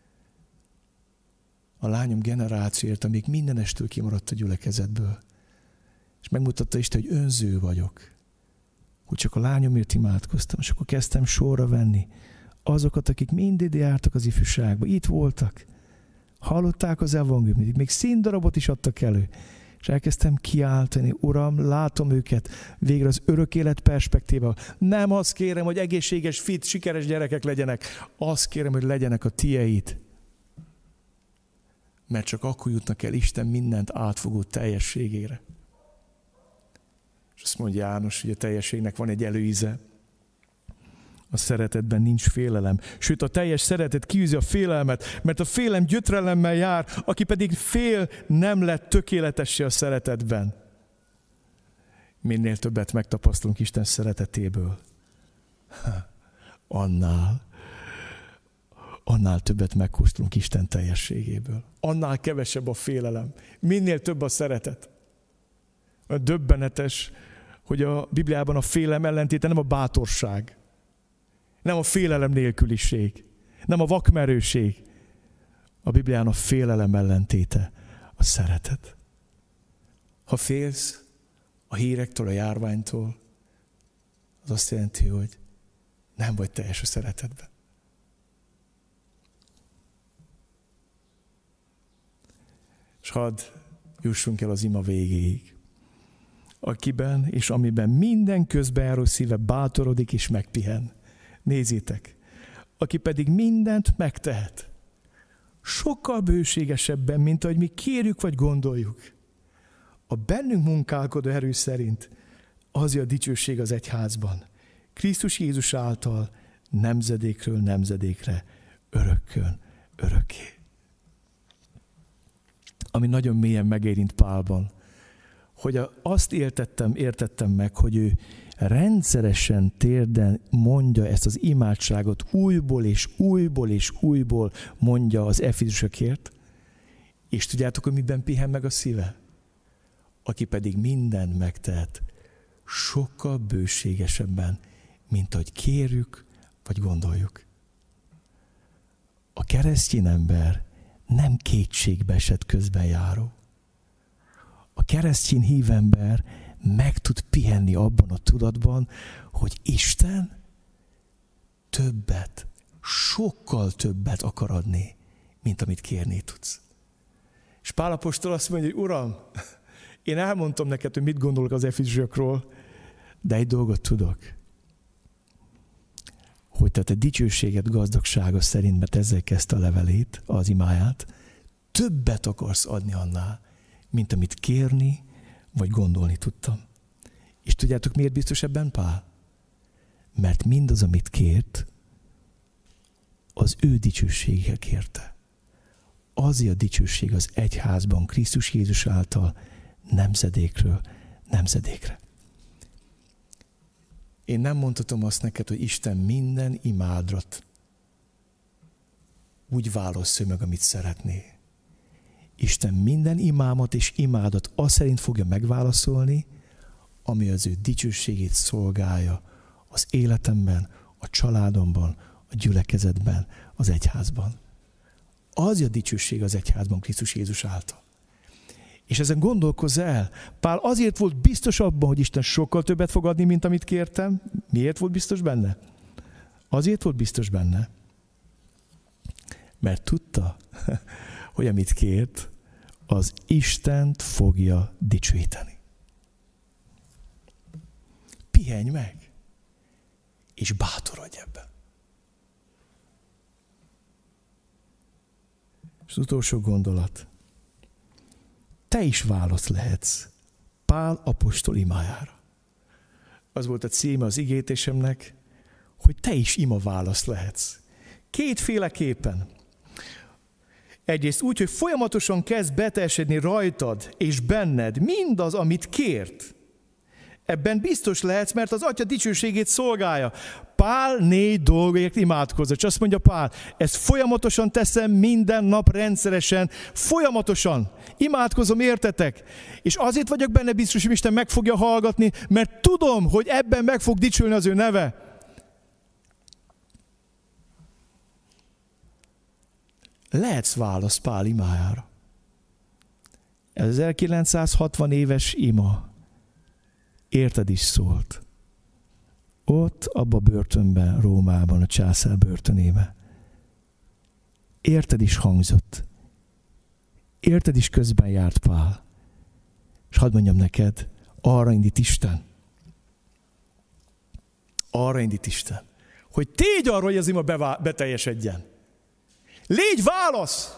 [SPEAKER 1] A lányom generációért, amíg mindenestől kimaradt a gyülekezetből. És megmutatta Isten, hogy önző vagyok. Hogy csak a lányomért imádkoztam, és akkor kezdtem sorra venni azokat, akik mindig jártak az ifjúságba. Itt voltak. Hallották az evangéliumot, még színdarabot is adtak elő. És elkezdtem kiáltani, Uram, látom őket végre az örök élet perspektívával. Nem azt kérem, hogy egészséges, fit, sikeres gyerekek legyenek. Azt kérem, hogy legyenek a tieid. Mert csak akkor jutnak el Isten mindent átfogó teljességére. És azt mondja János, hogy a teljességnek van egy előíze. A szeretetben nincs félelem. Sőt, a teljes szeretet kiűzi a félelmet, mert a félelem gyötrelemmel jár, aki pedig fél, nem lett tökéletessé a szeretetben. Minél többet megtapasztalunk Isten szeretetéből, annál, annál többet megkóstolunk Isten teljességéből. Annál kevesebb a félelem. Minél több a szeretet. A döbbenetes, hogy a Bibliában a félelem ellentéte nem a bátorság, nem a félelem nélküliség, nem a vakmerőség. A Biblián a félelem ellentéte a szeretet. Ha félsz a hírektől, a járványtól, az azt jelenti, hogy nem vagy teljes a szeretetben. És hadd jussunk el az ima végéig. Akiben és amiben minden közbejáró szíve bátorodik és megpihen. Nézzétek, aki pedig mindent megtehet, sokkal bőségesebben, mint ahogy mi kérjük vagy gondoljuk. A bennünk munkálkodó erő szerint azért a dicsőség az egyházban. Krisztus Jézus által nemzedékről nemzedékre, örökkön, örökké. Ami nagyon mélyen megérint Pálban, hogy azt éltettem, értettem meg, hogy ő rendszeresen térden mondja ezt az imádságot, újból és újból és újból mondja az efézusokért, és tudjátok, hogy miben pihen meg a szíve? Aki pedig mindent megtehet, sokkal bőségesebben, mint ahogy kérjük, vagy gondoljuk. A keresztény ember nem kétségbe esett közbenjáró. A keresztény hívember meg tud pihenni abban a tudatban, hogy Isten többet, sokkal többet akar adni, mint amit kérni tudsz. És Pál apostol azt mondja, hogy Uram, én elmondtam neked, hogy mit gondolok az efézusokról, de egy dolgot tudok, hogy te a dicsőséget gazdagsága szerint, mert ezzel kezdte a levelét, az imáját, többet akarsz adni annál, mint amit kérni, vagy gondolni tudtam. És tudjátok, miért biztos ebben Pál? Mert mindaz, amit kért, az ő dicsőséggel kérte. Azért a dicsőség az egyházban, Krisztus Jézus által nemzedékről nemzedékre. Én nem mondhatom azt neked, hogy Isten minden imádrat úgy válaszol meg, amit szeretné. Isten minden imámat és imádat azt szerint fogja megválaszolni, ami az ő dicsőségét szolgálja az életemben, a családomban, a gyülekezetben, az egyházban. Az a dicsőség az egyházban Krisztus Jézus által. És ezen gondolkozz el. Pál azért volt biztos abban, hogy Isten sokkal többet fog adni, mint amit kértem. Miért volt biztos benne? Azért volt biztos benne, mert tudta, hogy amit kért, az Istent fogja dicsőíteni. Pihenj meg, és bátorodj ebben. És az utolsó gondolat. Te is válasz lehetsz Pál apostol imájára. Az volt a címe az igétésemnek, hogy te is ima válasz lehetsz. Kétféleképpen. Egyrészt úgy, hogy folyamatosan kezd beteljesedni rajtad és benned mindaz, amit kért. Ebben biztos lehetsz, mert az Atya dicsőségét szolgálja. Pál négy dolgért imádkozott, és azt mondja Pál, ezt folyamatosan teszem minden nap rendszeresen, folyamatosan imádkozom, értetek? És azért vagyok benne biztos, hogy Isten meg fogja hallgatni, mert tudom, hogy ebben meg fog dicsülni az ő neve. Lehetsz válasz Pál imájára. Ez ezerkilencszázhatvan éves ima érted is szólt. Ott, abba a börtönben, Rómában, a császár börtönében. Érted is hangzott. Érted is közben járt Pál. És hadd mondjam neked, arra indít Isten. Arra indít Isten. Hogy tégy arra, hogy az ima beteljesedjen. Légy válasz!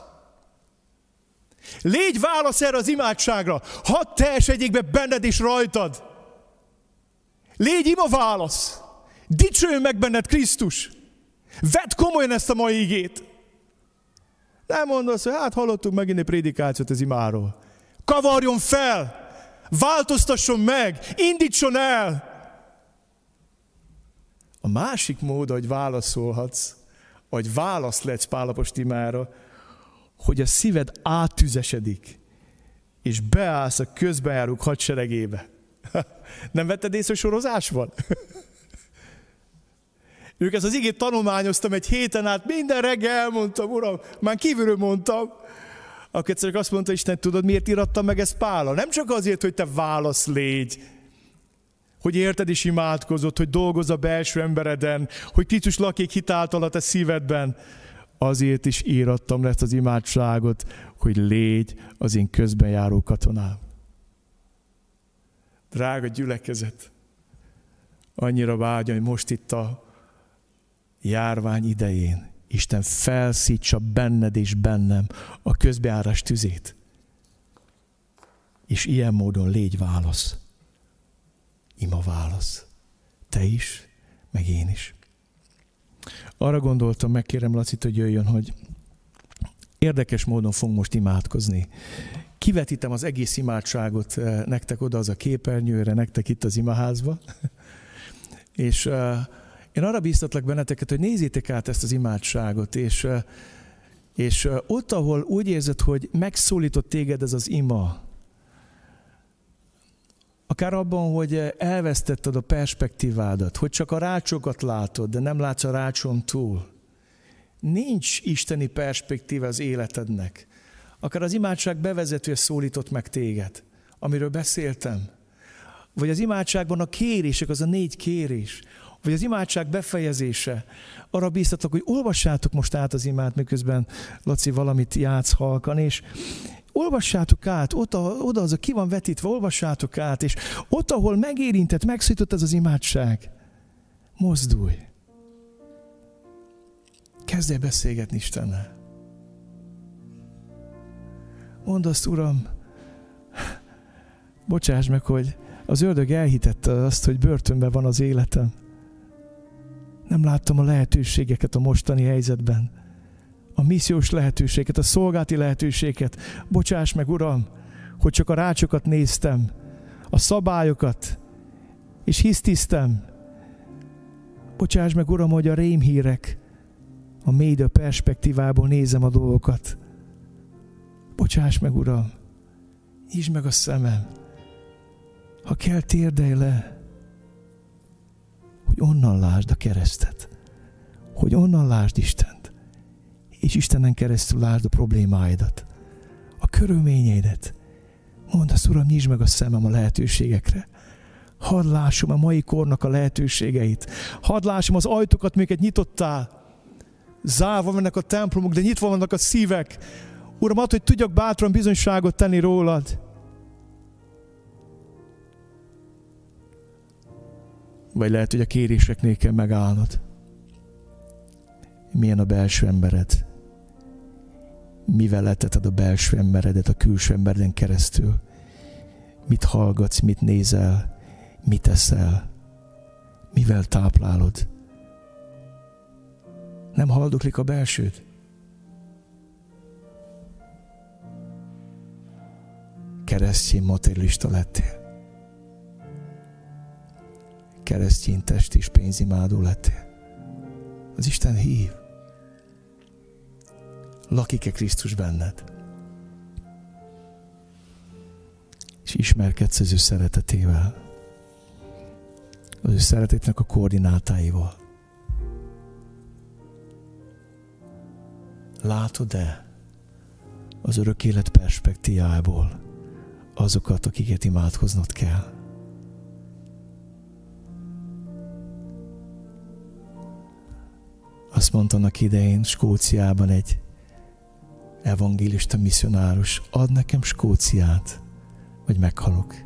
[SPEAKER 1] Légy válasz erre az imádságra. Hadd teljesedjék be benned és rajtad. Légy ima válasz. Dicsőjön meg benned Krisztus. Vedd komolyan ezt a mai igét. Nem mondd azt, hogy hát hallottunk megint egy prédikációt az imáról. Kavarjon fel! Változtasson meg! Indítson el! A másik mód, hogy válaszolhatsz, hogy válasz lehetsz Pál apostol imára, hogy a szíved áttüzesedik, és beállsz a közbenjárók hadseregébe. Nem vetted észre, hogy sorozás van? Ők ezt az igét tanulmányoztam egy héten át, minden reggel elmondtam, Uram, már kívülről mondtam. Akkor egyszerűen azt mondta Isten, tudod, miért írattam meg ezt Pállal? Nem csak azért, hogy te válasz légy, hogy érted és imádkozott, hogy dolgozz a belső embereden, hogy Krisztus lakik hitáltal a te szívedben. Azért is írattam le ezt az imádságot, hogy légy az én közbenjáró katonám. Drága gyülekezet, annyira vágyom, hogy most itt a járvány idején Isten felszítsa benned és bennem a közbejárás tüzét. És ilyen módon légy válasz. Ima válasz. Te is, meg én is. Arra gondoltam, megkérem Lacit, hogy jöjjön, hogy érdekes módon fogunk most imádkozni. Kivetítem az egész imádságot nektek oda az a képernyőre, nektek itt az imaházba. És uh, én arra bíztatlak benneteket, hogy nézzétek át ezt az imádságot, és, uh, és uh, ott, ahol úgy érzed, hogy megszólított téged ez az ima, akár abban, hogy elvesztetted a perspektívádat, hogy csak a rácsokat látod, de nem látsz a rácson túl. Nincs isteni perspektíva az életednek. Akár az imádság bevezetője szólított meg téged, amiről beszéltem. Vagy az imádságban a kérések, az a négy kérés. Vagy az imádság befejezése. Arra bíztatok, hogy olvassátok most át az imát, miközben Laci valamit játsz halkan, és olvassátok át, ott a, oda az a ki van vetítve, olvassátok át, és ott, ahol megérintett, megszólított ez az imádság, mozdulj. Kezdj el beszélgetni Istennel. Mondd azt, Uram, bocsáss meg, hogy az ördög elhitette azt, hogy börtönben van az életem. Nem láttam a lehetőségeket a mostani helyzetben. A missziós lehetőséget, a szolgálati lehetőséget. Bocsáss meg, Uram, hogy csak a rácsokat néztem, a szabályokat, és hisztisztem. Bocsáss meg, Uram, hogy a rémhírek, a média perspektívából nézem a dolgokat. Bocsáss meg, Uram, nyisd meg a szemem. Ha kell, térdelj le, hogy onnan lásd a keresztet, hogy onnan lásd Istent, és Istenen keresztül lásd a problémáidat, a körülményeidet. Mondd azt, Uram, nyisd meg a szemem a lehetőségekre, Hadd lássam a mai kornak a lehetőségeit. Hadd lássam az ajtókat, amiket nyitottál. Zárva vannak a templomok, de nyitva vannak a szívek. Uram, add, hogy tudjak bátran bizonyságot tenni rólad. Vagy lehet, hogy a kéréseknél kell megállnod. Milyen a belső embered? Mivel eteted a belső emberedet a külső embereden keresztül? Mit hallgatsz, mit nézel, mit eszel? Mivel táplálod? Nem haldoklik a belsőd? Keresztény materialista lettél. Keresztény test és pénzimádó lettél. Az Isten hív. Lakik-e Krisztus benned? És ismerkedsz az ő szeretetével. Az ő szeretetnek a koordinátáival. Látod-e az örök élet perspektívájából azokat, akiket imádkoznod kell? Azt mondta annak idején Skóciában egy evangélista misszionárus, add nekem Skóciát, vagy meghalok.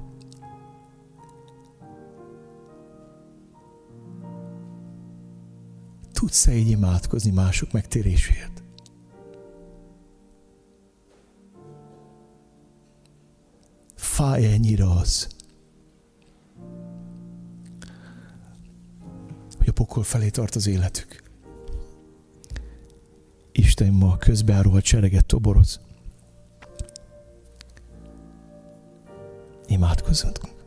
[SPEAKER 1] Tudsz-e így imádkozni mások megtérésért? Fáj ennyire az, hogy a pokol felé tart az életük. Isten ma közbeáró hadsereget toboroz. Imádkozzunk.